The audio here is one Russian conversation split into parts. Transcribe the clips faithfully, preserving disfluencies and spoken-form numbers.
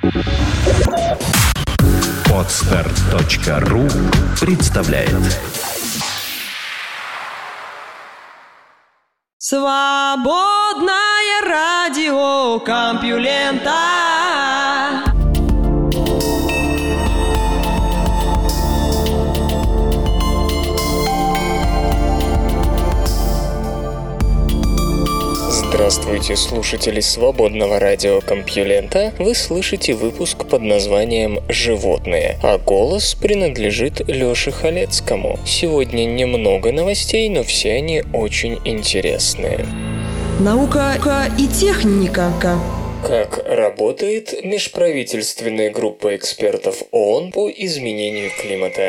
Подстар точка ру представляет. Свободное радио Компьюлента. Здравствуйте, слушатели свободного радио Компьюлента. Вы слышите выпуск под названием «Животные», а голос принадлежит Лёше Халецкому. Сегодня немного новостей, но все они очень интересные. Наука и техника. Как работает межправительственная группа экспертов ООН по изменению климата?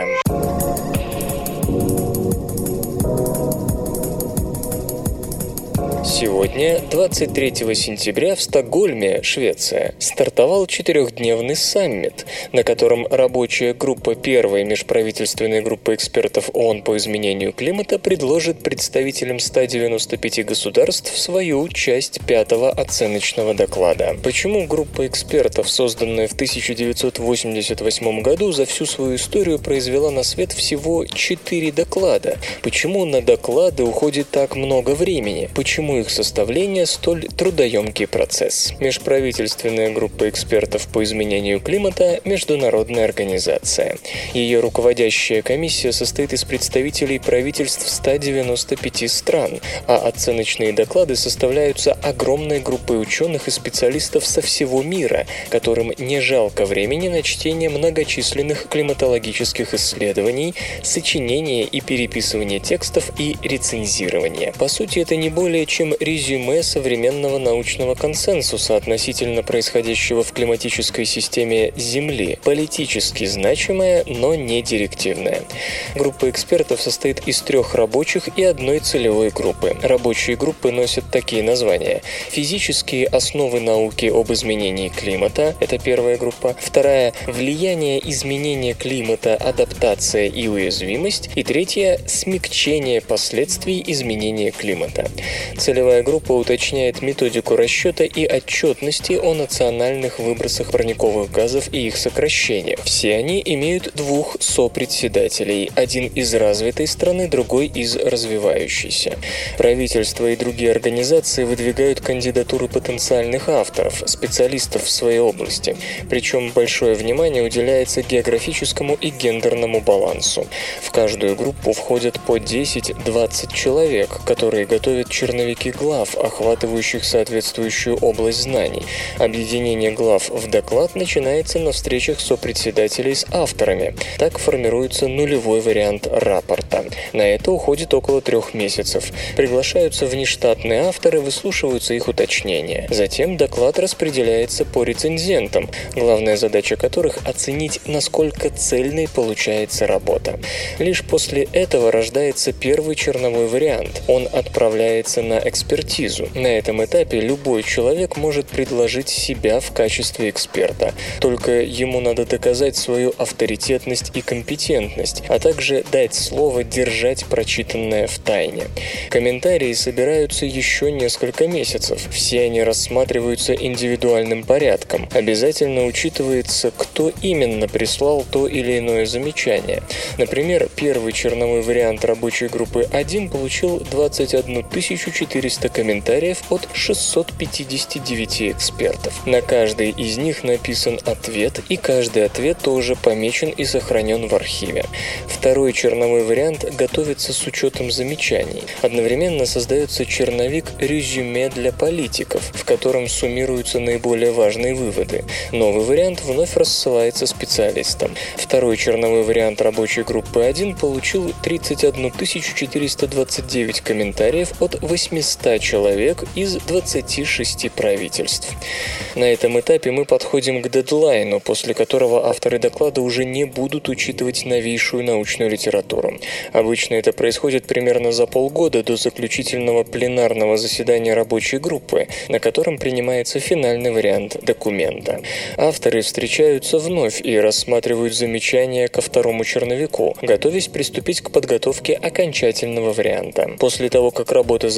Сегодня, двадцать третьего сентября, в Стокгольме, Швеция, стартовал четырехдневный саммит, на котором рабочая группа первой межправительственной группы экспертов ООН по изменению климата предложит представителям ста девяноста пяти государств свою часть пятого оценочного доклада. Почему группа экспертов, созданная в тысяча девятьсот восемьдесят восьмом году, за всю свою историю произвела на свет всего четыре доклада? Почему на доклады уходит так много времени? Почему их составление столь трудоемкий процесс? Межправительственная группа экспертов по изменению климата – международная организация. Ее руководящая комиссия состоит из представителей правительств ста девяноста пяти стран, а оценочные доклады составляются огромной группой ученых и специалистов со всего мира, которым не жалко времени на чтение многочисленных климатологических исследований, сочинение и переписывание текстов и рецензирование. По сути, это не более чем резюме современного научного консенсуса относительно происходящего в климатической системе Земли, политически значимое, но не директивное. Группа экспертов состоит из трех рабочих и одной целевой группы. Рабочие группы носят такие названия: физические основы науки об изменении климата – это первая группа, вторая – влияние изменения климата, адаптация и уязвимость, и третья – смягчение последствий изменения климата. Целевая группа уточняет методику расчета и отчетности о национальных выбросах парниковых газов и их сокращениях. Все они имеют двух сопредседателей, один из развитой страны, другой из развивающейся. Правительства и другие организации выдвигают кандидатуры потенциальных авторов, специалистов в своей области. Причем большое внимание уделяется географическому и гендерному балансу. В каждую группу входят по десять-двадцать человек, которые готовят черновики глав, охватывающих соответствующую область знаний. Объединение глав в доклад начинается на встречах сопредседателей с авторами. Так формируется нулевой вариант рапорта. На это уходит около трех месяцев. Приглашаются внештатные авторы, выслушиваются их уточнения. Затем доклад распределяется по рецензентам, главная задача которых – оценить, насколько цельной получается работа. Лишь после этого рождается первый черновой вариант. Он отправляется на экспертизу. На этом этапе любой человек может предложить себя в качестве эксперта. Только ему надо доказать свою авторитетность и компетентность, а также дать слово держать прочитанное в тайне. Комментарии собираются еще несколько месяцев. Все они рассматриваются индивидуальным порядком. Обязательно учитывается, кто именно прислал то или иное замечание. Например, первый черновой вариант рабочей группы один получил двадцать одну тысячу четыреста комментариев от шестисот пятидесяти девяти экспертов. На каждый из них написан ответ, и каждый ответ тоже помечен и сохранен в архиве. Второй черновой вариант готовится с учетом замечаний. Одновременно создается черновик резюме для политиков, в котором суммируются наиболее важные выводы. Новый вариант вновь рассылается специалистам. Второй черновой вариант рабочей группы один получил тридцать одну тысячу четыреста двадцать девять комментариев от восьмисот человек из двадцати шести правительств. На этом этапе мы подходим к дедлайну, после которого авторы доклада уже не будут учитывать новейшую научную литературу. Обычно это происходит примерно за полгода до заключительного пленарного заседания рабочей группы, на котором принимается финальный вариант документа. Авторы встречаются вновь и рассматривают замечания ко второму черновику, готовясь приступить к подготовке окончательного варианта. После того, как работа завершена,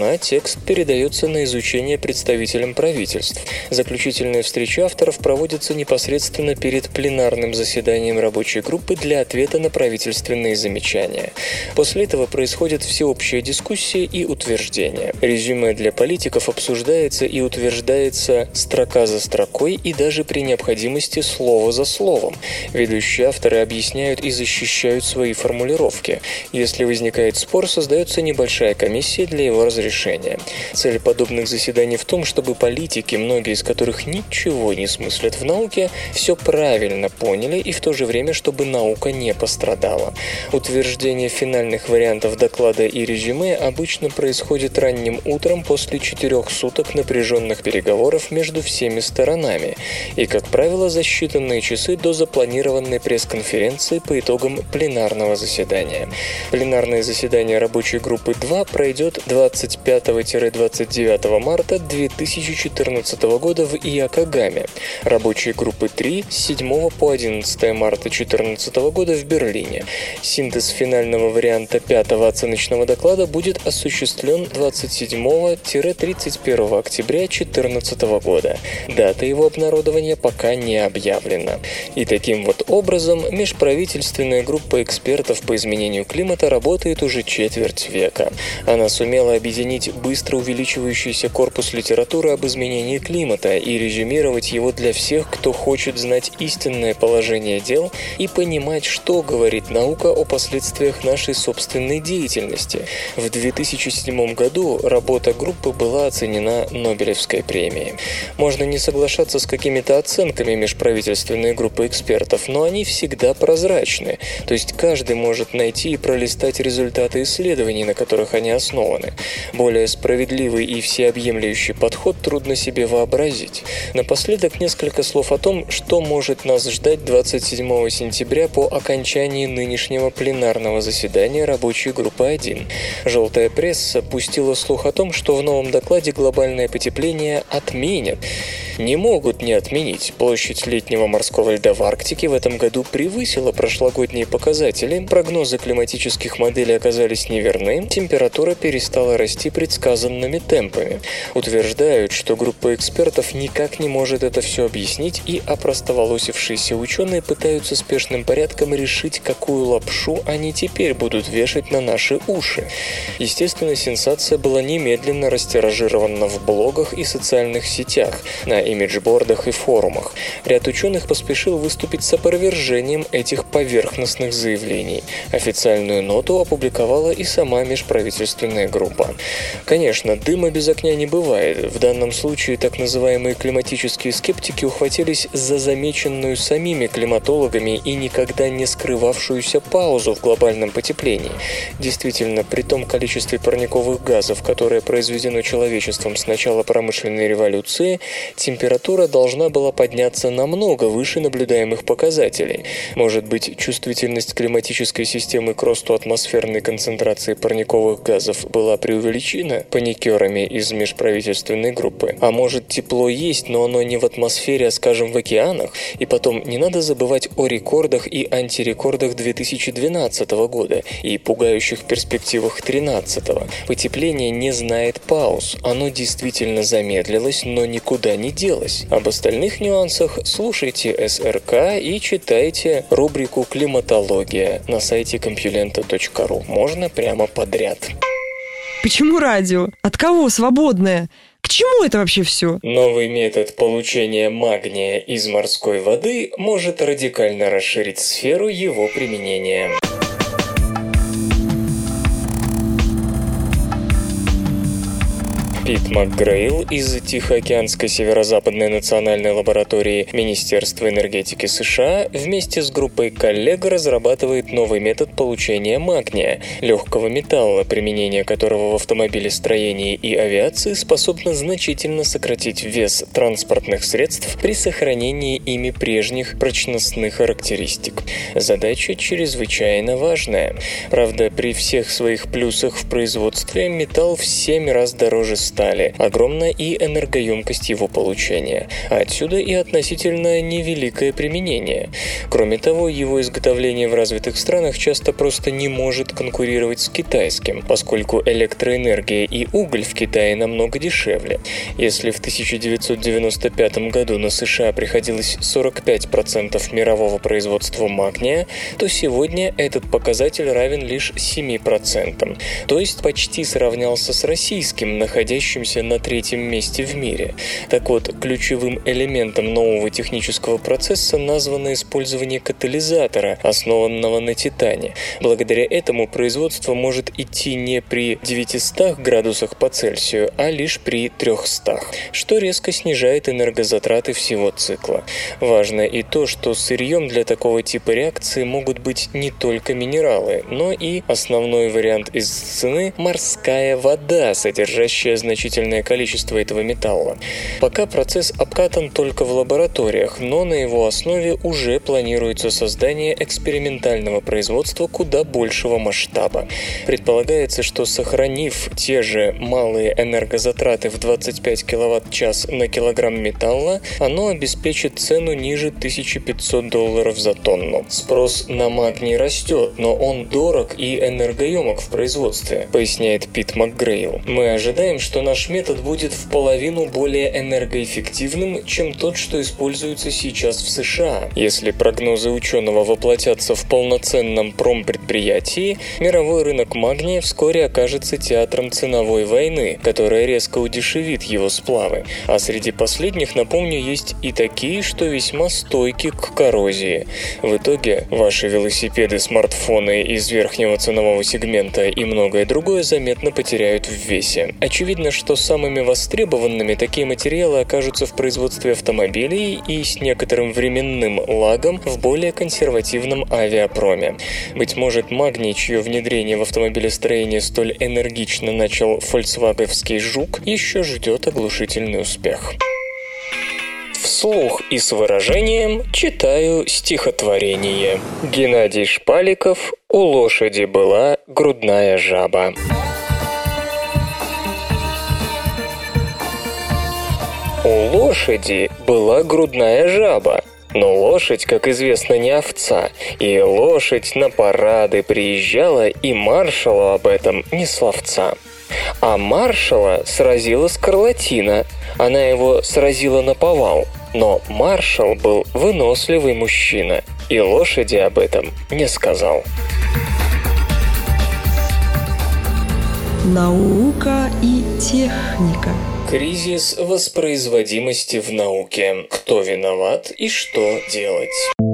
завершена, текст передается на изучение представителям правительств. Заключительная встреча авторов проводится непосредственно перед пленарным заседанием рабочей группы для ответа на правительственные замечания. После этого происходит всеобщая дискуссия и утверждение. Резюме для политиков обсуждается и утверждается строка за строкой и даже при необходимости слово за словом. Ведущие авторы объясняют и защищают свои формулировки. Если возникает спор, создается небольшая комиссия для его разрешения. Цель подобных заседаний в том, чтобы политики, многие из которых ничего не смыслят в науке, все правильно поняли и в то же время, чтобы наука не пострадала. Утверждение финальных вариантов доклада и резюме обычно происходит ранним утром после четырех суток напряженных переговоров между всеми сторонами и, как правило, за считанные часы до запланированной пресс-конференции по итогам пленарного заседания. Пленарное заседание рабочей группы два пройдет двадцать пятого — двадцать девятого марта две тысячи четырнадцатого года в Иокогаме, рабочей группы три с седьмого по одиннадцатое марта две тысячи четырнадцатого года в Берлине. Синтез финального варианта пятого оценочного доклада будет осуществлен двадцать седьмого — тридцать первого октября две тысячи четырнадцатого года. Дата его обнародования пока не объявлена. И таким вот образом межправительственная группа экспертов по изменению климата работает уже четверть века. Она сумела объединить быстро увеличивающийся корпус литературы об изменении климата и резюмировать его для всех, кто хочет знать истинное положение дел и понимать, что говорит наука о последствиях нашей собственной деятельности. В две тысячи седьмом году работа группы была оценена Нобелевской премией. Можно не соглашаться с какими-то оценками межправительственной группы экспертов, но они всегда прозрачны, то есть каждый может найти и пролистать результаты исследований, на которых они основаны. Более справедливый и всеобъемлющий подход трудно себе вообразить. Напоследок несколько слов о том, что может нас ждать двадцать седьмого сентября по окончании нынешнего пленарного заседания рабочей группы один. Желтая пресса пустила слух о том, что в новом докладе глобальное потепление отменят. Не могут не отменить. Площадь летнего морского льда в Арктике в этом году превысила прошлогодние показатели, прогнозы климатических моделей оказались неверны, температура перестала расти предсказанными темпами. Утверждают, что группа экспертов никак не может это все объяснить, и опростоволосившиеся ученые пытаются спешным порядком решить, какую лапшу они теперь будут вешать на наши уши. Естественно, сенсация была немедленно растиражирована в блогах и социальных сетях, на имиджбордах и форумах. Ряд ученых поспешил выступить с опровержением этих поверхностных заявлений. Официальную ноту опубликовала и сама межправительственная группа. Конечно, дыма без огня не бывает. В данном случае так называемые климатические скептики ухватились за замеченную самими климатологами и никогда не скрывавшуюся паузу в глобальном потеплении. Действительно, при том количестве парниковых газов, которое произведено человечеством с начала промышленной революции, температура должна была подняться намного выше наблюдаемых показателей. Может быть, чувствительность климатической системы к росту атмосферной концентрации парниковых газов была преувеличена паникерами из межправительственной группы. А может, тепло есть, но оно не в атмосфере, а, скажем, в океанах? И потом, не надо забывать о рекордах и антирекордах две тысячи двенадцатого года и пугающих перспективах две тысячи тринадцатого. Потепление не знает пауз. Оно действительно замедлилось, но никуда не делось. Об остальных нюансах слушайте эс эр ка и читайте рубрику «Климатология» на сайте компьюлента точка ру. Можно прямо подряд. Почему радио? От кого свободное? К чему это вообще все? Новый метод получения магния из морской воды может радикально расширить сферу его применения. Пит МакГрейл из Тихоокеанской северо-западной национальной лаборатории Министерства энергетики США вместе с группой коллег разрабатывает новый метод получения магния, легкого металла, применение которого в автомобилестроении и авиации способно значительно сократить вес транспортных средств при сохранении ими прежних прочностных характеристик. Задача чрезвычайно важная. Правда, при всех своих плюсах в производстве металл в семь раз дороже стали, стали, огромна и энергоемкость его получения. Отсюда и относительно невеликое применение. Кроме того, его изготовление в развитых странах часто просто не может конкурировать с китайским, поскольку электроэнергия и уголь в Китае намного дешевле. Если в тысяча девятьсот девяносто пятом году на США приходилось сорок пять процентов мирового производства магния, то сегодня этот показатель равен лишь семь процентов, то есть почти сравнялся с российским, находящимся на третьем месте в мире. Так вот, ключевым элементом нового технического процесса названо использование катализатора, основанного на титане. Благодаря этому производство может идти не при девятистах градусах по Цельсию, а лишь при трехстах, что резко снижает энергозатраты всего цикла. Важно и то, что сырьем для такого типа реакции могут быть не только минералы, но и основной вариант из цены – морская вода, содержащая значительное количество этого металла. Пока процесс обкатан только в лабораториях, но на его основе уже планируется создание экспериментального производства куда большего масштаба. Предполагается, что сохранив те же малые энергозатраты в двадцать пять киловатт-час на килограмм металла, оно обеспечит цену ниже тысяча пятьсот долларов за тонну. Спрос на магний растет, но он дорог и энергоемок в производстве, поясняет Пит МакГрейл. Мы ожидаем, что наш метод будет в половину более энергоэффективным, чем тот, что используется сейчас в США. Если прогнозы ученого воплотятся в полноценном промпредприятии, мировой рынок магния вскоре окажется театром ценовой войны, которая резко удешевит его сплавы. А среди последних, напомню, есть и такие, что весьма стойки к коррозии. В итоге ваши велосипеды, смартфоны из верхнего ценового сегмента и многое другое заметно потеряют в весе. Очевидно, что самыми востребованными такие материалы окажутся в производстве автомобилей и с некоторым временным лагом в более консервативном авиапроме. Быть может, магний, чье внедрение в автомобилестроение столь энергично начал фольксваговский «Жук», еще ждет оглушительный успех. Вслух и с выражением читаю стихотворение. Геннадий Шпаликов «У лошади была грудная жаба». У лошади была грудная жаба. Но лошадь, как известно, не овца, и лошадь на парады приезжала, и маршалу об этом ни словца. А маршала сразила скарлатина, она его сразила наповал, но маршал был выносливый мужчина, и лошади об этом не сказал. Наука и техника. Кризис воспроизводимости в науке. Кто виноват и что делать?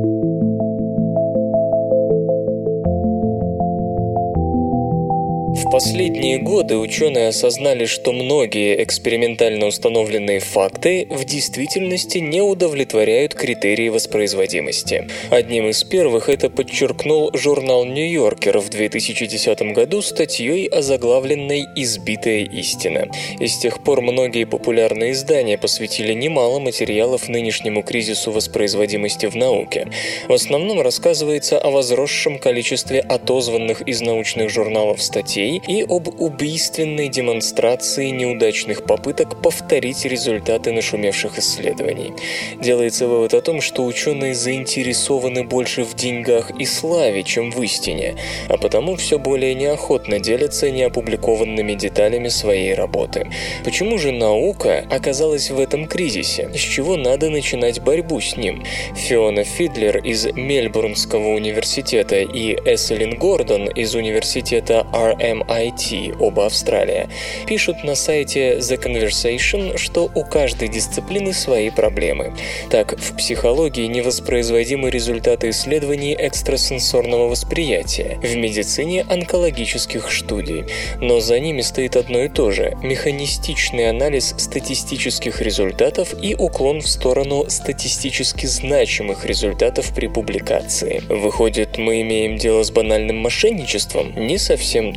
В последние годы ученые осознали, что многие экспериментально установленные факты в действительности не удовлетворяют критерии воспроизводимости. Одним из первых это подчеркнул журнал «Нью-Йоркер» в две тысячи десятом году статьей, озаглавленной «Избитая истина». И с тех пор многие популярные издания посвятили немало материалов нынешнему кризису воспроизводимости в науке. В основном рассказывается о возросшем количестве отозванных из научных журналов статей и об убийственной демонстрации неудачных попыток повторить результаты нашумевших исследований. Делается вывод о том, что ученые заинтересованы больше в деньгах и славе, чем в истине, а потому все более неохотно делятся неопубликованными деталями своей работы. Почему же наука оказалась в этом кризисе? С чего надо начинать борьбу с ним? Фиона Фидлер из Мельбурнского университета и Эселин Гордон из университета эр эм ай ти, оба Австралия, пишут на сайте The Conversation, что у каждой дисциплины свои проблемы. Так, в психологии невоспроизводимы результаты исследований экстрасенсорного восприятия, в медицине – онкологических студий. Но за ними стоит одно и то же – механистичный анализ статистических результатов и уклон в сторону статистически значимых результатов при публикации. Выходит, мы имеем дело с банальным мошенничеством? Не совсем так.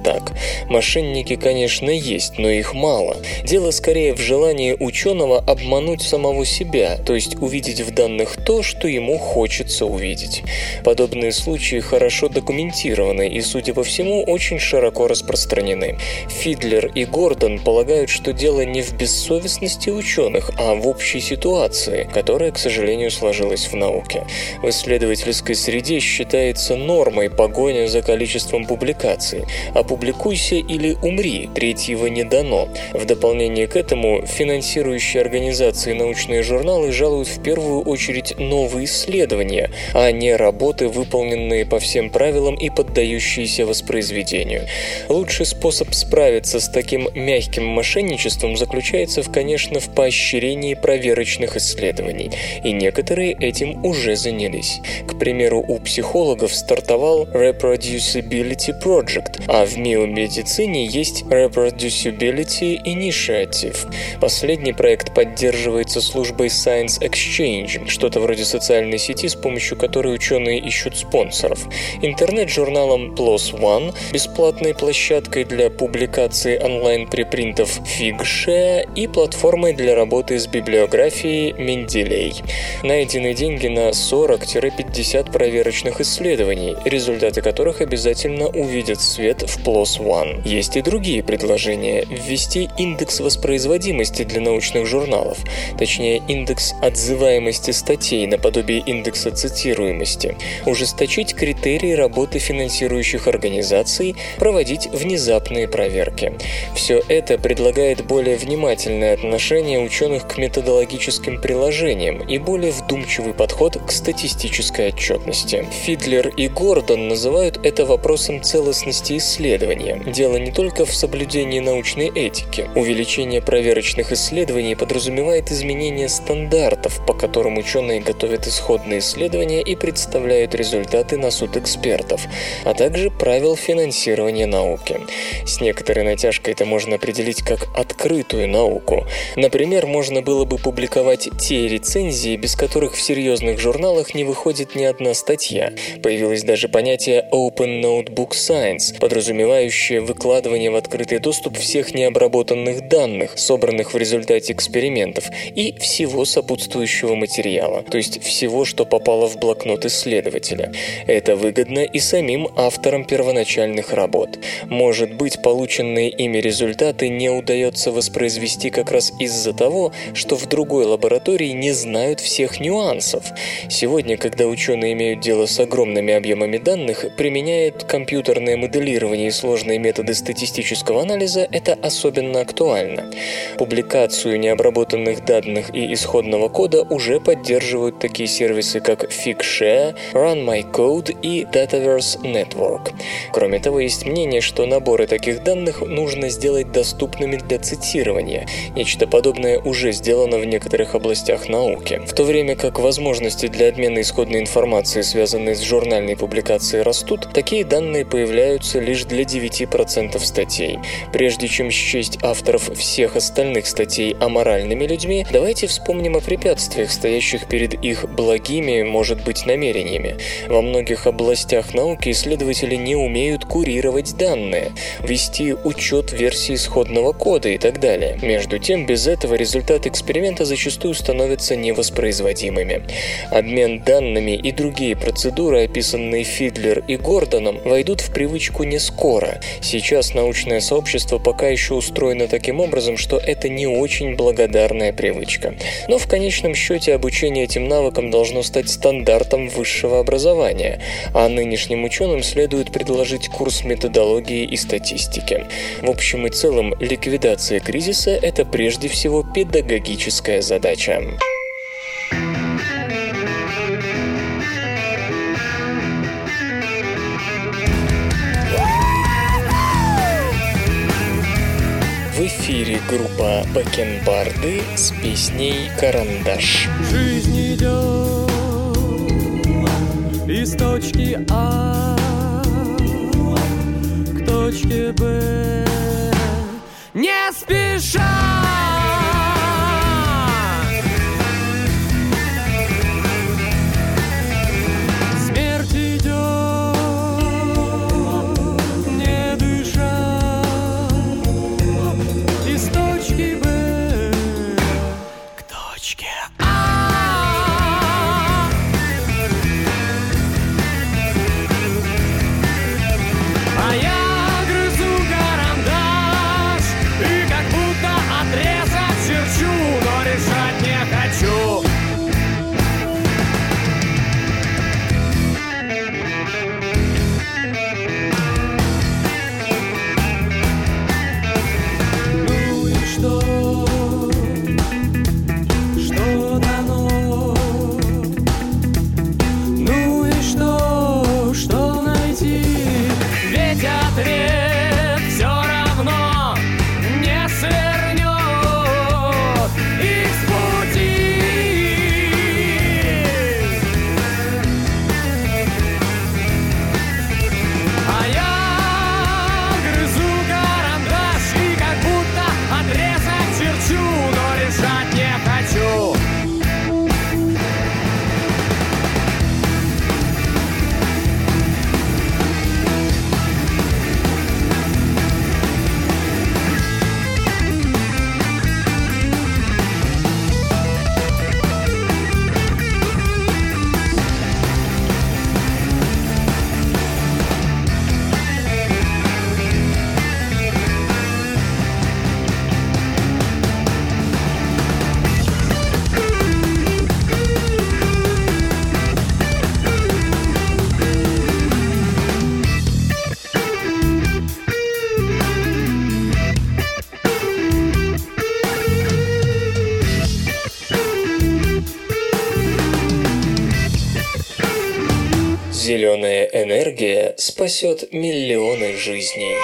Мошенники, конечно, есть, но их мало. Дело скорее в желании ученого обмануть самого себя, то есть увидеть в данных то, что ему хочется увидеть. Подобные случаи хорошо документированы и, судя по всему, очень широко распространены. Фидлер и Гордон полагают, что дело не в бессовестности ученых, а в общей ситуации, которая, к сожалению, сложилась в науке. В исследовательской среде считается нормой погоня за количеством публикаций. Опубликуйся или умри, третьего не дано. В дополнение к этому, финансирующие организации научные журналы жалуют в первую очередь новые исследования, а не работы, выполненные по всем правилам и поддающиеся воспроизведению. Лучший способ справиться с таким мягким мошенничеством заключается, в, конечно, в поощрении проверочных исследований, и некоторые этим уже занялись. К примеру, у психологов стартовал Reproducibility Project, а в биомедицине есть Reproducibility Initiative. Последний проект поддерживается службой Science Exchange, что-то вроде социальной сети, с помощью которой ученые ищут спонсоров, интернет-журналом пи эл о эс один, бесплатной площадкой для публикации онлайн-препринтов Figshare и платформой для работы с библиографией Менделей. Найдены деньги на сорок-пятьдесят проверочных исследований, результаты которых обязательно увидят свет в пи эл о эс один. Есть и другие предложения. Ввести индекс воспроизводимости для научных журналов, точнее индекс отзываемости статей наподобие индекса цитируемости, ужесточить критерии работы финансирующих организаций, проводить внезапные проверки. Все это предлагает более внимательное отношение ученых к методологическим приложениям и более вдумчивый подход к статистической отчетности. Фидлер и Гордон называют это вопросом целостности исследования. Дело не только в соблюдении научной этики. Увеличение проверочных исследований подразумевает изменение стандартов, по которым ученые готовят исходные исследования и представляют результаты на суд экспертов, а также правил финансирования науки. С некоторой натяжкой это можно определить как открытую науку. Например, можно было бы публиковать те рецензии, без которых в серьезных журналах не выходит ни одна статья. Появилось даже понятие Open Notebook Science, подразумевающее выкладывание в открытый доступ всех необработанных данных, собранных в результате экспериментов, и всего сопутствующего материала, то есть всего, что попало в блокнот исследователя. Это выгодно и самим авторам первоначальных работ. Может быть, полученные ими результаты не удается воспроизвести как раз из-за того, что в другой лаборатории не знают всех нюансов. Сегодня, когда ученые имеют дело с огромными объемами данных, применяют компьютерное моделирование и сложные методы статистического анализа, это особенно актуально. Публикацию необработанных данных и исходного кода уже поддерживают такие сервисы, как Figshare, RunMyCode и Dataverse Network. Кроме того, есть мнение, что наборы таких данных нужно сделать доступными для цитирования. Нечто подобное уже сделано в некоторых областях науки. В то время как возможности для обмена исходной информацией, связанные с журнальной публикацией, растут, такие данные появляются лишь для девяти процентов статей. Прежде чем счесть авторов всех остальных статей аморальными людьми, давайте вспомним о препятствиях, стоящих перед их благими, может быть, намерениями. Во многих областях науки исследователи не умеют курировать данные, вести учет версий исходного кода и так далее. Между тем, без этого результаты эксперимента зачастую становятся невоспроизводимыми. Обмен данными и другие процедуры, описанные Фидлер и Гордоном, войдут в привычку не скоро. Сейчас научное сообщество пока еще устроено таким образом, что это не очень благодарная привычка. Но в конечном счете обучение этим навыкам должно стать стандартом высшего образования, а нынешним ученым следует предложить курс методологии и статистики. В общем и целом, ликвидация кризиса – это прежде всего педагогическая задача. В эфире группа Бакенбарды с песней «Карандаш». Жизнь идет из точки А к точке Б, не спеша. Смерть идет, не дыша. Зеленая энергия спасет миллионы жизней.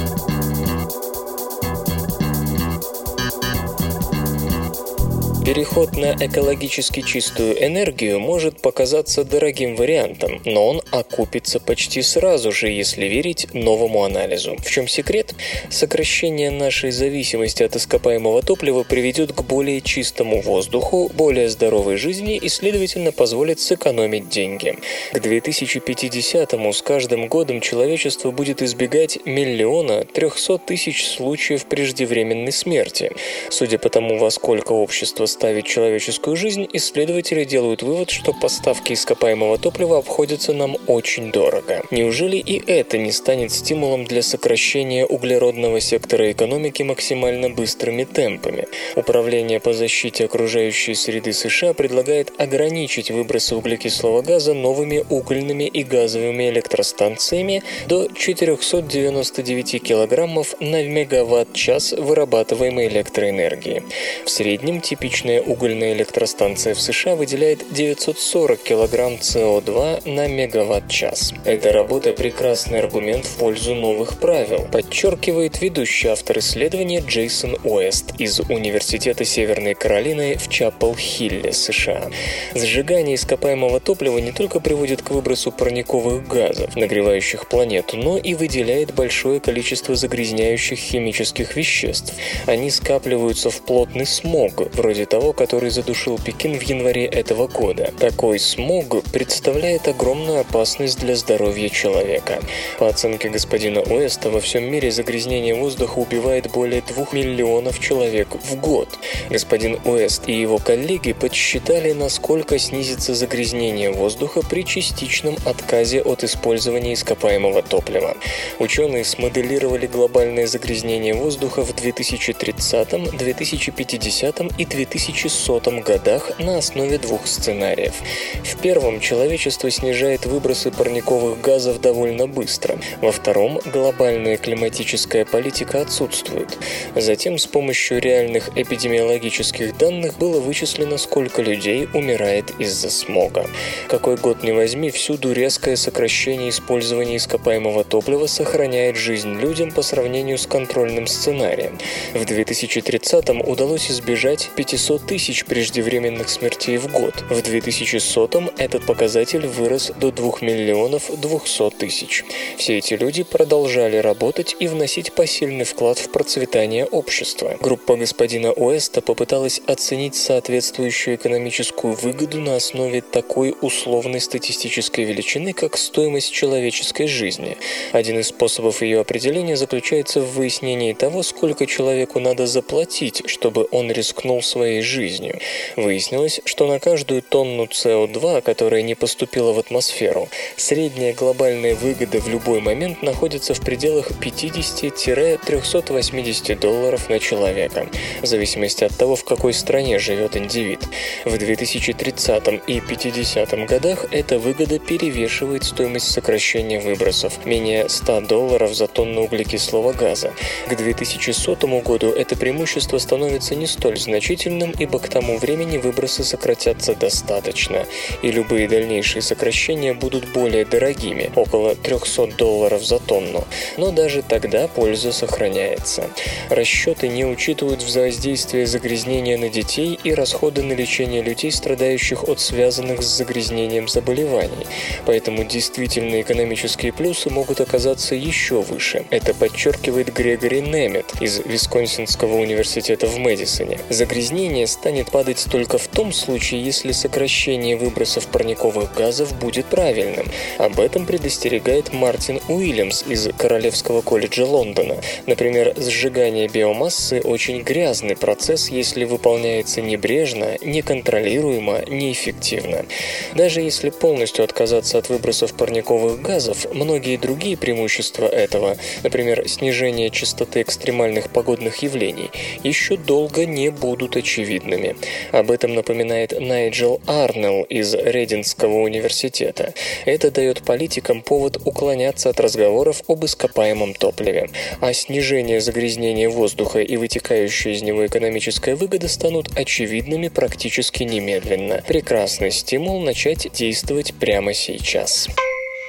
Переход на экологически чистую энергию может показаться дорогим вариантом, но он окупится почти сразу же, если верить новому анализу. В чем секрет? Сокращение нашей зависимости от ископаемого топлива приведет к более чистому воздуху, более здоровой жизни и, следовательно, позволит сэкономить деньги. К две тысячи пятидесятому с каждым годом человечество будет избегать миллиона трехсот тысяч случаев преждевременной смерти. Судя по тому, во сколько общество ставить человеческую жизнь, исследователи делают вывод, что поставки ископаемого топлива обходятся нам очень дорого. Неужели и это не станет стимулом для сокращения углеродного сектора экономики максимально быстрыми темпами? Управление по защите окружающей среды США предлагает ограничить выбросы углекислого газа новыми угольными и газовыми электростанциями до четырехсот девяноста девяти килограммов на мегаватт-час вырабатываемой электроэнергии. В среднем типичная угольная электростанция в США выделяет девятьсот сорок килограмм си о два на мегаватт-час. Эта работа – прекрасный аргумент в пользу новых правил, подчеркивает ведущий автор исследования Джейсон Уэст из Университета Северной Каролины в Чапел-Хилле, США. Сжигание ископаемого топлива не только приводит к выбросу парниковых газов, нагревающих планету, но и выделяет большое количество загрязняющих химических веществ. Они скапливаются в плотный смог, вроде того, который задушил Пекин в январе этого года. Такой смог представляет огромную опасность для здоровья человека. По оценке господина Уэста, во всем мире загрязнение воздуха убивает более двух миллионов человек в год. Господин Уэст и его коллеги подсчитали, насколько снизится загрязнение воздуха при частичном отказе от использования ископаемого топлива. Ученые смоделировали глобальное загрязнение воздуха в две тысячи тридцатом, две тысячи пятидесятом и две тысячи сотом годах на основе двух сценариев. В первом человечество снижает выбросы парниковых газов довольно быстро. Во втором глобальная климатическая политика отсутствует. Затем с помощью реальных эпидемиологических данных было вычислено, сколько людей умирает из-за смога. Какой год ни возьми, всюду резкое сокращение использования ископаемого топлива сохраняет жизнь людям по сравнению с контрольным сценарием. В две тысячи тридцатом удалось избежать пятисот тысяч преждевременных смертей в год. В две тысячи сотом этот показатель вырос до двух миллионов двухсот тысяч. Все эти люди продолжали работать и вносить посильный вклад в процветание общества. Группа господина Уэста попыталась оценить соответствующую экономическую выгоду на основе такой условной статистической величины, как стоимость человеческой жизни. Один из способов ее определения заключается в выяснении того, сколько человеку надо заплатить, чтобы он рискнул своей жизнью. Выяснилось, что на каждую тонну си о два, которая не поступила в атмосферу, средняя глобальная выгода в любой момент находится в пределах пятидесяти-трехсот восьмидесяти долларов на человека, в зависимости от того, в какой стране живет индивид. В две тысячи тридцатом и пятидесятом годах эта выгода перевешивает стоимость сокращения выбросов – менее ста долларов за тонну углекислого газа. К две тысячи сотому году это преимущество становится не столь значительным, ибо к тому времени выбросы сократятся достаточно, и любые дальнейшие сокращения будут более дорогими – около трехсот долларов за тонну. Но даже тогда польза сохраняется. Расчеты не учитывают воздействие загрязнения на детей и расходы на лечение людей, страдающих от связанных с загрязнением заболеваний. Поэтому действительно экономические плюсы могут оказаться еще выше. Это подчеркивает Грегори Немет из Висконсинского университета в Мэдисоне. Загрязнение станет падать только в том случае, если сокращение выбросов парниковых газов будет правильным. Об этом предостерегает Мартин Уильямс из Королевского колледжа Лондона. Например, сжигание биомассы – очень грязный процесс, если выполняется небрежно, неконтролируемо, неэффективно. Даже если полностью отказаться от выбросов парниковых газов, многие другие преимущества этого, например, снижение частоты экстремальных погодных явлений, еще долго не будут очевидными. Об этом напоминает Найджел Арнелл из Рейдинского университета. Это дает политикам повод уклоняться от разговоров об ископаемом топливе. А снижение загрязнения воздуха и вытекающая из него экономическая выгода станут очевидными практически немедленно. Прекрасный стимул начать действовать прямо сейчас.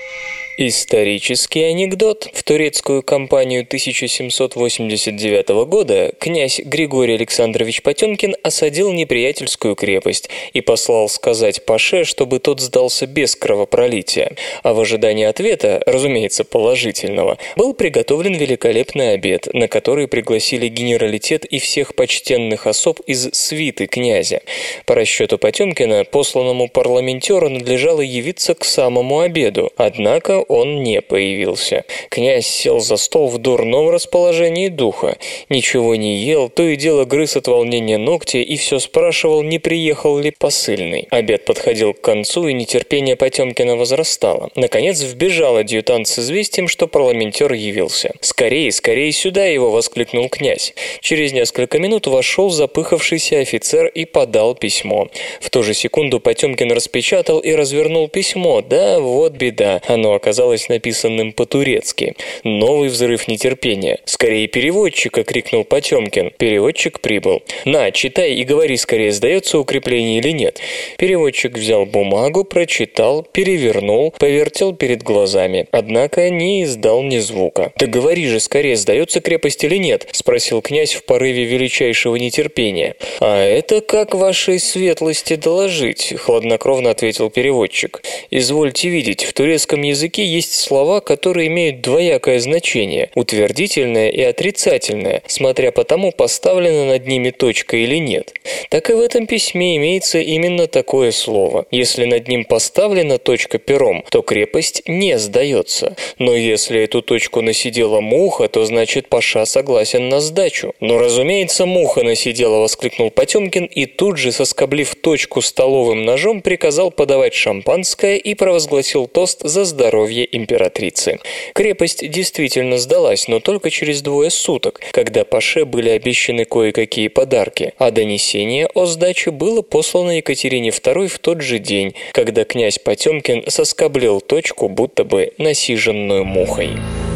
Исторический анекдот. В турецкую кампанию тысяча семьсот восемьдесят девятого года князь Григорий Александрович Потемкин осадил неприятельскую крепость и послал сказать паше, чтобы тот сдался без кровопролития. А в ожидании ответа, разумеется, положительного, был приготовлен великолепный обед, на который пригласили генералитет и всех почтенных особ из свиты князя. По расчету Потемкина, посланному парламентеру надлежало явиться к самому обеду, однако он не появился. Князь сел за стол в дурном расположении духа. Ничего не ел, то и дело грыз от волнения ногти и все спрашивал, не приехал ли посыльный. Обед подходил к концу, и нетерпение Потемкина возрастало. Наконец вбежал адъютант с известием, что парламентер явился. «Скорее, скорее сюда!» — его воскликнул князь. Через несколько минут вошел запыхавшийся офицер и подал письмо. В ту же секунду Потемкин распечатал и развернул письмо. Да, вот беда. Оно оказалось оказалось написанным по-турецки. Новый взрыв нетерпения. «Скорее переводчика!» — крикнул Потемкин. Переводчик прибыл. «На, читай и говори скорее, сдается укрепление или нет». Переводчик взял бумагу, прочитал, перевернул, повертел перед глазами, однако не издал ни звука. «Да говори же скорее, сдается крепость или нет?» — спросил князь в порыве величайшего нетерпения. «А это как вашей светлости доложить?» — хладнокровно ответил переводчик. «Извольте видеть, в турецком языке есть слова, которые имеют двоякое значение, утвердительное и отрицательное, смотря по тому, поставлена над ними точка или нет. Так и в этом письме имеется именно такое слово. Если над ним поставлена точка пером, то крепость не сдается. Но если эту точку насидела муха, то значит паша согласен на сдачу». «Но, разумеется, муха насидела!» — воскликнул Потемкин и тут же, соскоблив точку столовым ножом, приказал подавать шампанское и провозгласил тост за здоровье императрицы. Крепость действительно сдалась, но только через двое суток, когда паше были обещаны кое-какие подарки, а донесение о сдаче было послано Екатерине второй в тот же день, когда князь Потемкин соскоблил точку, будто бы насиженную мухой.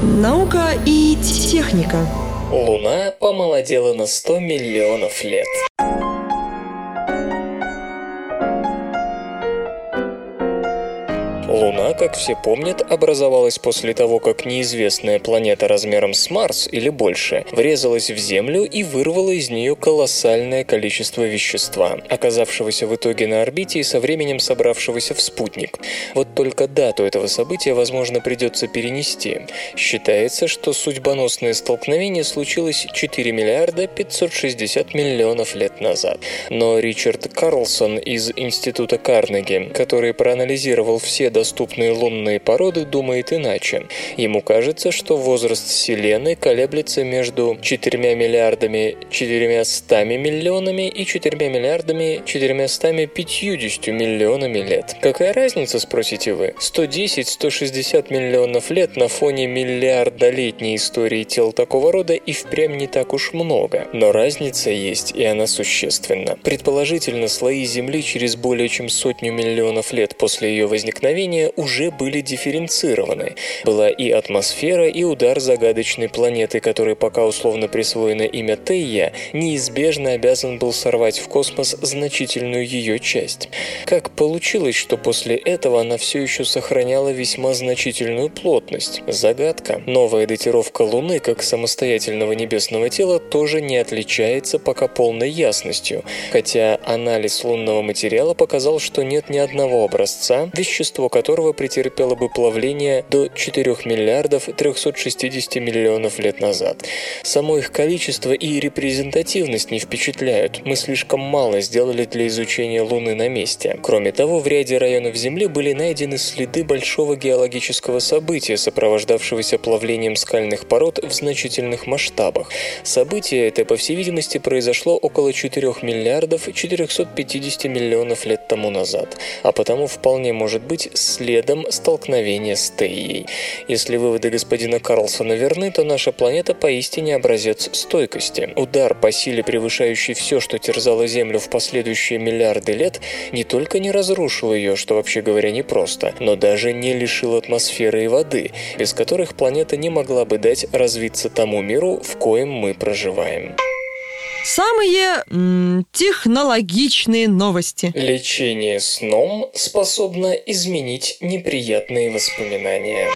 Наука и техника. Луна помолодела на сто миллионов лет. Луна, как все помнят, образовалась после того, как неизвестная планета размером с Марс или больше врезалась в Землю и вырвала из нее колоссальное количество вещества, оказавшегося в итоге на орбите и со временем собравшегося в спутник. Вот только дату этого события, возможно, придется перенести. Считается, что судьбоносное столкновение случилось четыре миллиарда пятьсот шестьдесят миллионов лет назад. Но Ричард Карлсон из Института Карнеги, который проанализировал все доступные лунные породы, думает иначе. Ему кажется, что возраст Вселенной колеблется между четырьмя миллиардами четырьмястами миллионами и четырьмя миллиардами четырьмястами пятьюдесятью миллионами лет. Какая разница, спросите вы? сто десять - сто шестьдесят миллионов лет на фоне миллиардолетней истории тел такого рода и впрямь не так уж много. Но разница есть, и она существенна. Предположительно, слои Земли через более чем сотню миллионов лет после ее возникновения уже были дифференцированы. Была и атмосфера, и удар загадочной планеты, которой пока условно присвоено имя Тея, неизбежно обязан был сорвать в космос значительную ее часть. Как получилось, что после этого она все еще сохраняла весьма значительную плотность? Загадка. Новая датировка Луны как самостоятельного небесного тела тоже не отличается пока полной ясностью, хотя анализ лунного материала показал, что нет ни одного образца, вещество которого претерпело бы плавление до четырёх миллиардов трёхсот шестидесяти миллионов лет назад. Само их количество и репрезентативность не впечатляют. Мы слишком мало сделали для изучения Луны на месте. Кроме того, в ряде районов Земли были найдены следы большого геологического события, сопровождавшегося плавлением скальных пород в значительных масштабах. Событие это, по всей видимости, произошло около четырёх миллиардов четырёхсот пятидесяти миллионов лет тому назад, а потому вполне может быть следом столкновения с Теей. Если выводы господина Карлсона верны, то наша планета поистине образец стойкости. Удар по силе, превышающий все, что терзало Землю в последующие миллиарды лет, не только не разрушил ее, что вообще говоря непросто, но даже не лишил атмосферы и воды, без которых планета не могла бы дать развиться тому миру, в коем мы проживаем. Самые м, технологичные новости. Лечение сном способно изменить неприятные воспоминания.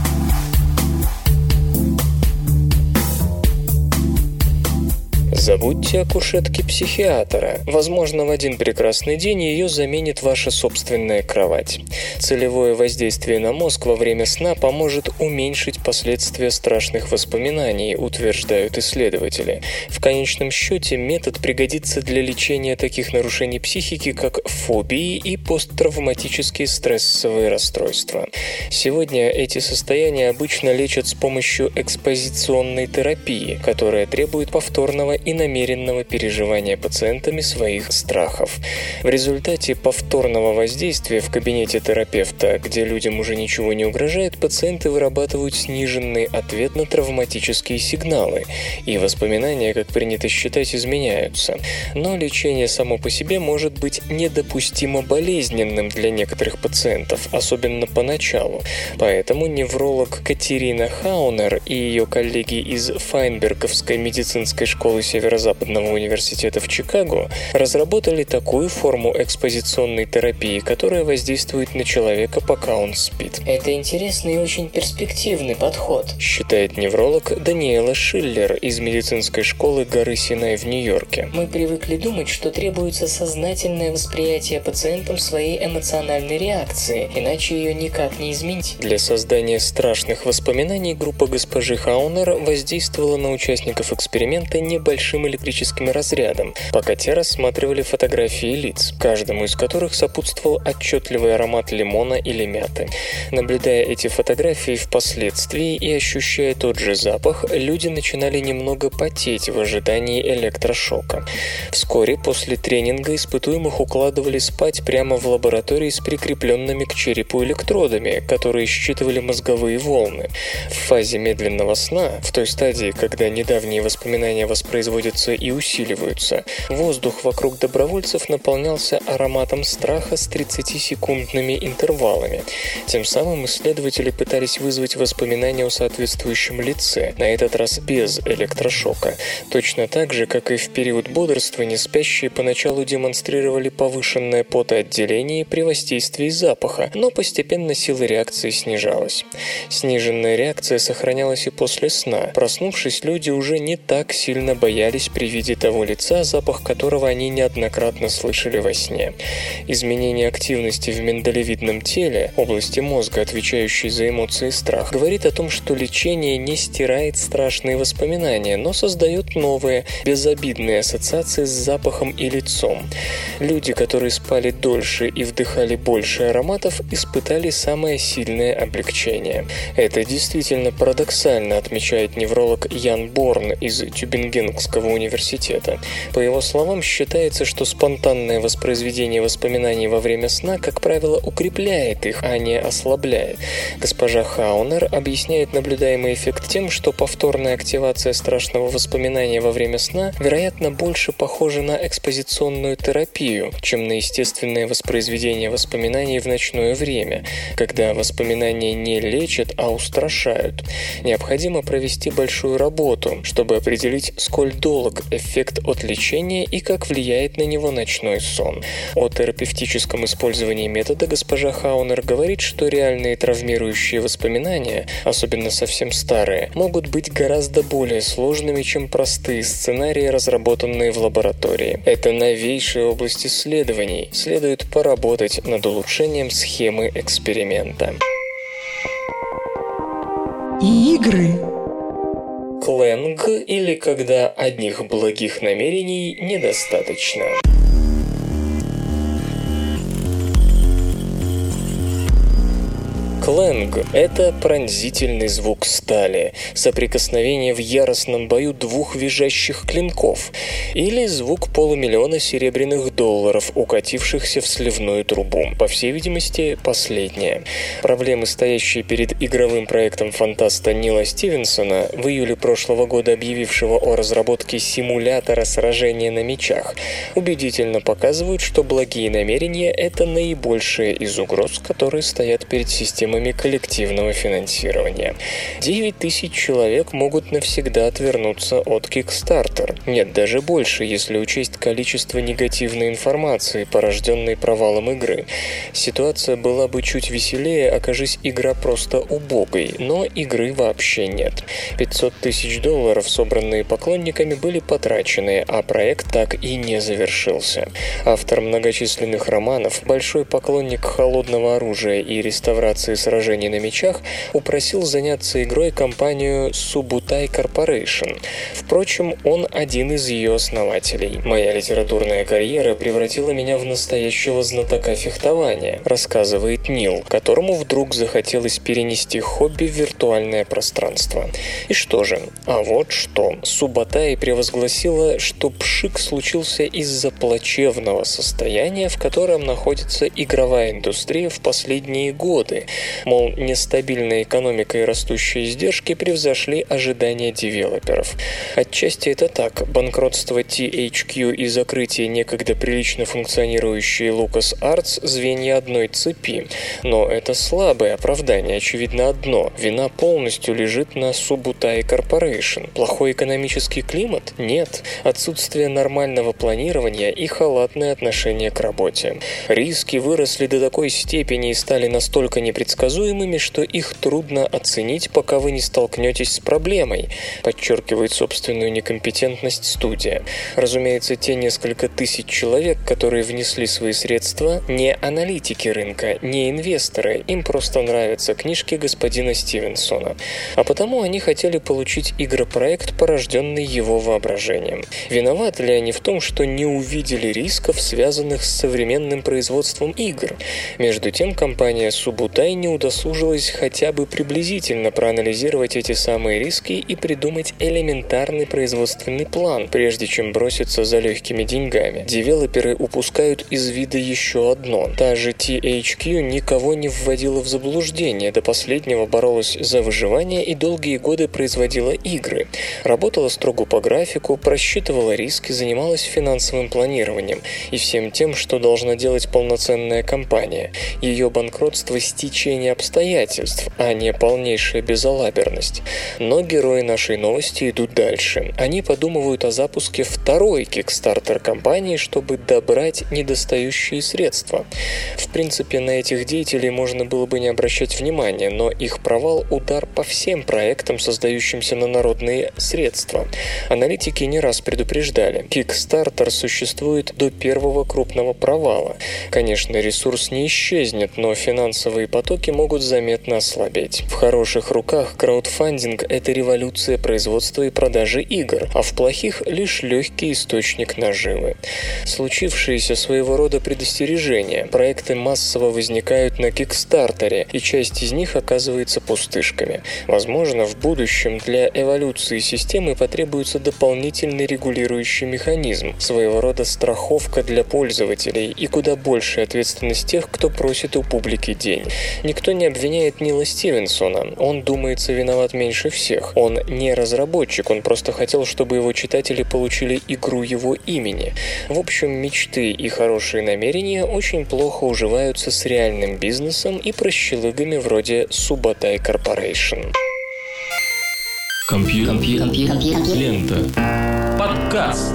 Забудьте о кушетке психиатра. Возможно, в один прекрасный день ее заменит ваша собственная кровать. Целевое воздействие на мозг во время сна поможет уменьшить последствия страшных воспоминаний, утверждают исследователи. В конечном счете, метод пригодится для лечения таких нарушений психики, как фобии и посттравматические стрессовые расстройства. Сегодня эти состояния обычно лечат с помощью экспозиционной терапии, которая требует повторного и намеренного переживания пациентами своих страхов. В результате повторного воздействия в кабинете терапевта, где людям уже ничего не угрожает, пациенты вырабатывают сниженный ответ на травматические сигналы, и воспоминания, как принято считать, изменяются. Но лечение само по себе может быть недопустимо болезненным для некоторых пациентов, особенно поначалу. Поэтому невролог Катерина Хаунер и ее коллеги из Файнберговской медицинской школы Северо-Западного университета в Чикаго разработали такую форму экспозиционной терапии, которая воздействует на человека, пока он спит. Это интересный и очень перспективный подход, считает невролог Даниэла Шиллер из медицинской школы горы Синай в Нью-Йорке. Мы привыкли думать, что требуется сознательное восприятие пациентом своей эмоциональной реакции, иначе ее никак не изменить. Для создания страшных воспоминаний группа госпожи Хаунер воздействовала на участников эксперимента небольшим электрическим разрядом, пока те рассматривали фотографии лиц, каждому из которых сопутствовал отчетливый аромат лимона или мяты. Наблюдая эти фотографии впоследствии и ощущая тот же запах, люди начинали немного потеть в ожидании электрошока. Вскоре после тренинга испытуемых укладывали спать прямо в лаборатории с прикрепленными к черепу электродами, которые считывали мозговые волны. В фазе медленного сна, в той стадии, когда недавние воспоминания воспроизводятся и усиливаются, воздух вокруг добровольцев наполнялся ароматом страха с тридцатисекундными интервалами. Тем самым исследователи пытались вызвать воспоминания о соответствующем лице, на этот раз без электрошока. Точно так же, как и в период бодрствования, спящие поначалу демонстрировали повышенное потоотделение при воздействии запаха, но постепенно сила реакции снижалась. Сниженная реакция сохранялась и после сна. Проснувшись, люди уже не так сильно боялись при виде того лица, запах которого они неоднократно слышали во сне. Изменение активности в миндалевидном теле, области мозга, отвечающей за эмоции и страх, говорит о том, что лечение не стирает страшные воспоминания, но создает новые, безобидные ассоциации с запахом и лицом. Люди, которые спали дольше и вдыхали больше ароматов, испытали самое сильное облегчение. Это действительно парадоксально, отмечает невролог Ян Борн из Тюбингенского университета. По его словам, считается, что спонтанное воспроизведение воспоминаний во время сна, как правило, укрепляет их, а не ослабляет. Госпожа Хаунер объясняет наблюдаемый эффект тем, что повторная активация страшного воспоминания во время сна, вероятно, больше похожа на экспозиционную терапию, чем на естественное воспроизведение воспоминаний в ночное время, когда воспоминания не лечат, а устрашают. Необходимо провести большую работу, чтобы определить, сколь долг эффект от лечения и как влияет на него ночной сон. О терапевтическом использовании метода госпожа Хаунер говорит, что реальные травмирующие воспоминания, особенно совсем старые, могут быть гораздо более сложными, чем простые сценарии, разработанные в лаборатории. Это новейшая область исследований. Следует поработать над улучшением схемы эксперимента. Игры. Кленг, или когда одних благих намерений недостаточно. Кленг – это пронзительный звук стали, соприкосновение в яростном бою двух визжащих клинков, или звук полумиллиона серебряных долларов, укатившихся в сливную трубу. По всей видимости, последнее. Проблемы, стоящие перед игровым проектом фантаста Нила Стивенсона, в июле прошлого года объявившего о разработке симулятора сражения на мечах, убедительно показывают, что благие намерения – это наибольшие из угроз, которые стоят перед системой схемами коллективного финансирования. девять тысяч человек могут навсегда отвернуться от Kickstarter. Нет, даже больше, если учесть количество негативной информации, порожденной провалом игры. Ситуация была бы чуть веселее, окажись игра просто убогой, но игры вообще нет. пятьсот тысяч долларов, собранные поклонниками, были потрачены, а проект так и не завершился. Автор многочисленных романов, большой поклонник холодного оружия и реставрации сражений на мечах, упросил заняться игрой компанию Subutai Corporation. Впрочем, он один из ее основателей. «Моя литературная карьера превратила меня в настоящего знатока фехтования», рассказывает Нил, которому вдруг захотелось перенести хобби в виртуальное пространство. И что же? А вот что. Subutai превозгласила, что пшик случился из-за плачевного состояния, в котором находится игровая индустрия в последние годы. Мол, нестабильная экономика и растущие издержки превзошли ожидания девелоперов. Отчасти это так. Банкротство ти эйч кью и закрытие некогда прилично функционирующей LucasArts – звенья одной цепи. Но это слабое оправдание, очевидно одно. Вина полностью лежит на Subutai Corporation. Плохой экономический климат? Нет. Отсутствие нормального планирования и халатное отношение к работе. Риски выросли до такой степени и стали настолько непредсказуемыми, что их трудно оценить, пока вы не столкнетесь с проблемой, подчеркивает собственную некомпетентность студия. Разумеется, те несколько тысяч человек, которые внесли свои средства, не аналитики рынка, не инвесторы, им просто нравятся книжки господина Стивенсона. А потому они хотели получить игропроект, порожденный его воображением. Виноваты ли они в том, что не увидели рисков, связанных с современным производством игр? Между тем, компания Subutai не удосужилась хотя бы приблизительно проанализировать эти самые риски и придумать элементарный производственный план, прежде чем броситься за легкими деньгами. Девелоперы упускают из вида еще одно. Та же ти эйч кью никого не вводила в заблуждение, до последнего боролась за выживание и долгие годы производила игры. Работала строго по графику, просчитывала риски, занималась финансовым планированием и всем тем, что должна делать полноценная компания. Ее банкротство – стечение обстоятельств, а не полнейшая безалаберность. Но герои нашей новости идут дальше. Они подумывают о запуске второй Kickstarter компании, чтобы добрать недостающие средства. В принципе, на этих деятелей можно было бы не обращать внимания, но их провал – удар по всем проектам, создающимся на народные средства. Аналитики не раз предупреждали, Kickstarter существует до первого крупного провала. Конечно, ресурс не исчезнет, но финансовые потоки могут заметно ослабеть. В хороших руках краудфандинг – это революция производства и продажи игр, а в плохих – лишь легкий источник наживы. Случившееся своего рода предостережение. Проекты массово возникают на Kickstarter, и часть из них оказывается пустышками. Возможно, в будущем для эволюции системы потребуется дополнительный регулирующий механизм, своего рода страховка для пользователей и куда большая ответственность тех, кто просит у публики денег. Никто не обвиняет Нила Стивенсона, он, думается, виноват меньше всех. Он не разработчик, он просто хотел, чтобы его читатели получили игру его имени. В общем, мечты и хорошие намерения очень плохо уживаются с реальным бизнесом и прощелыгами вроде Subutai Corporation. Компьютер. Лента. Подкаст.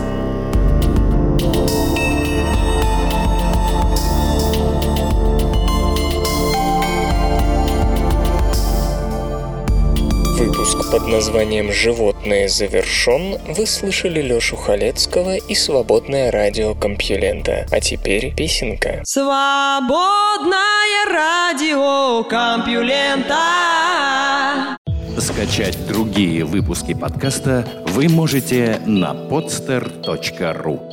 Выпуск под названием «Животные» завершен. Вы слышали Лёшу Халецкого и свободное радио Компьюлента. А теперь песенка. Свободное радио Компьюлента. Скачать другие выпуски подкаста вы можете на podster точка ру.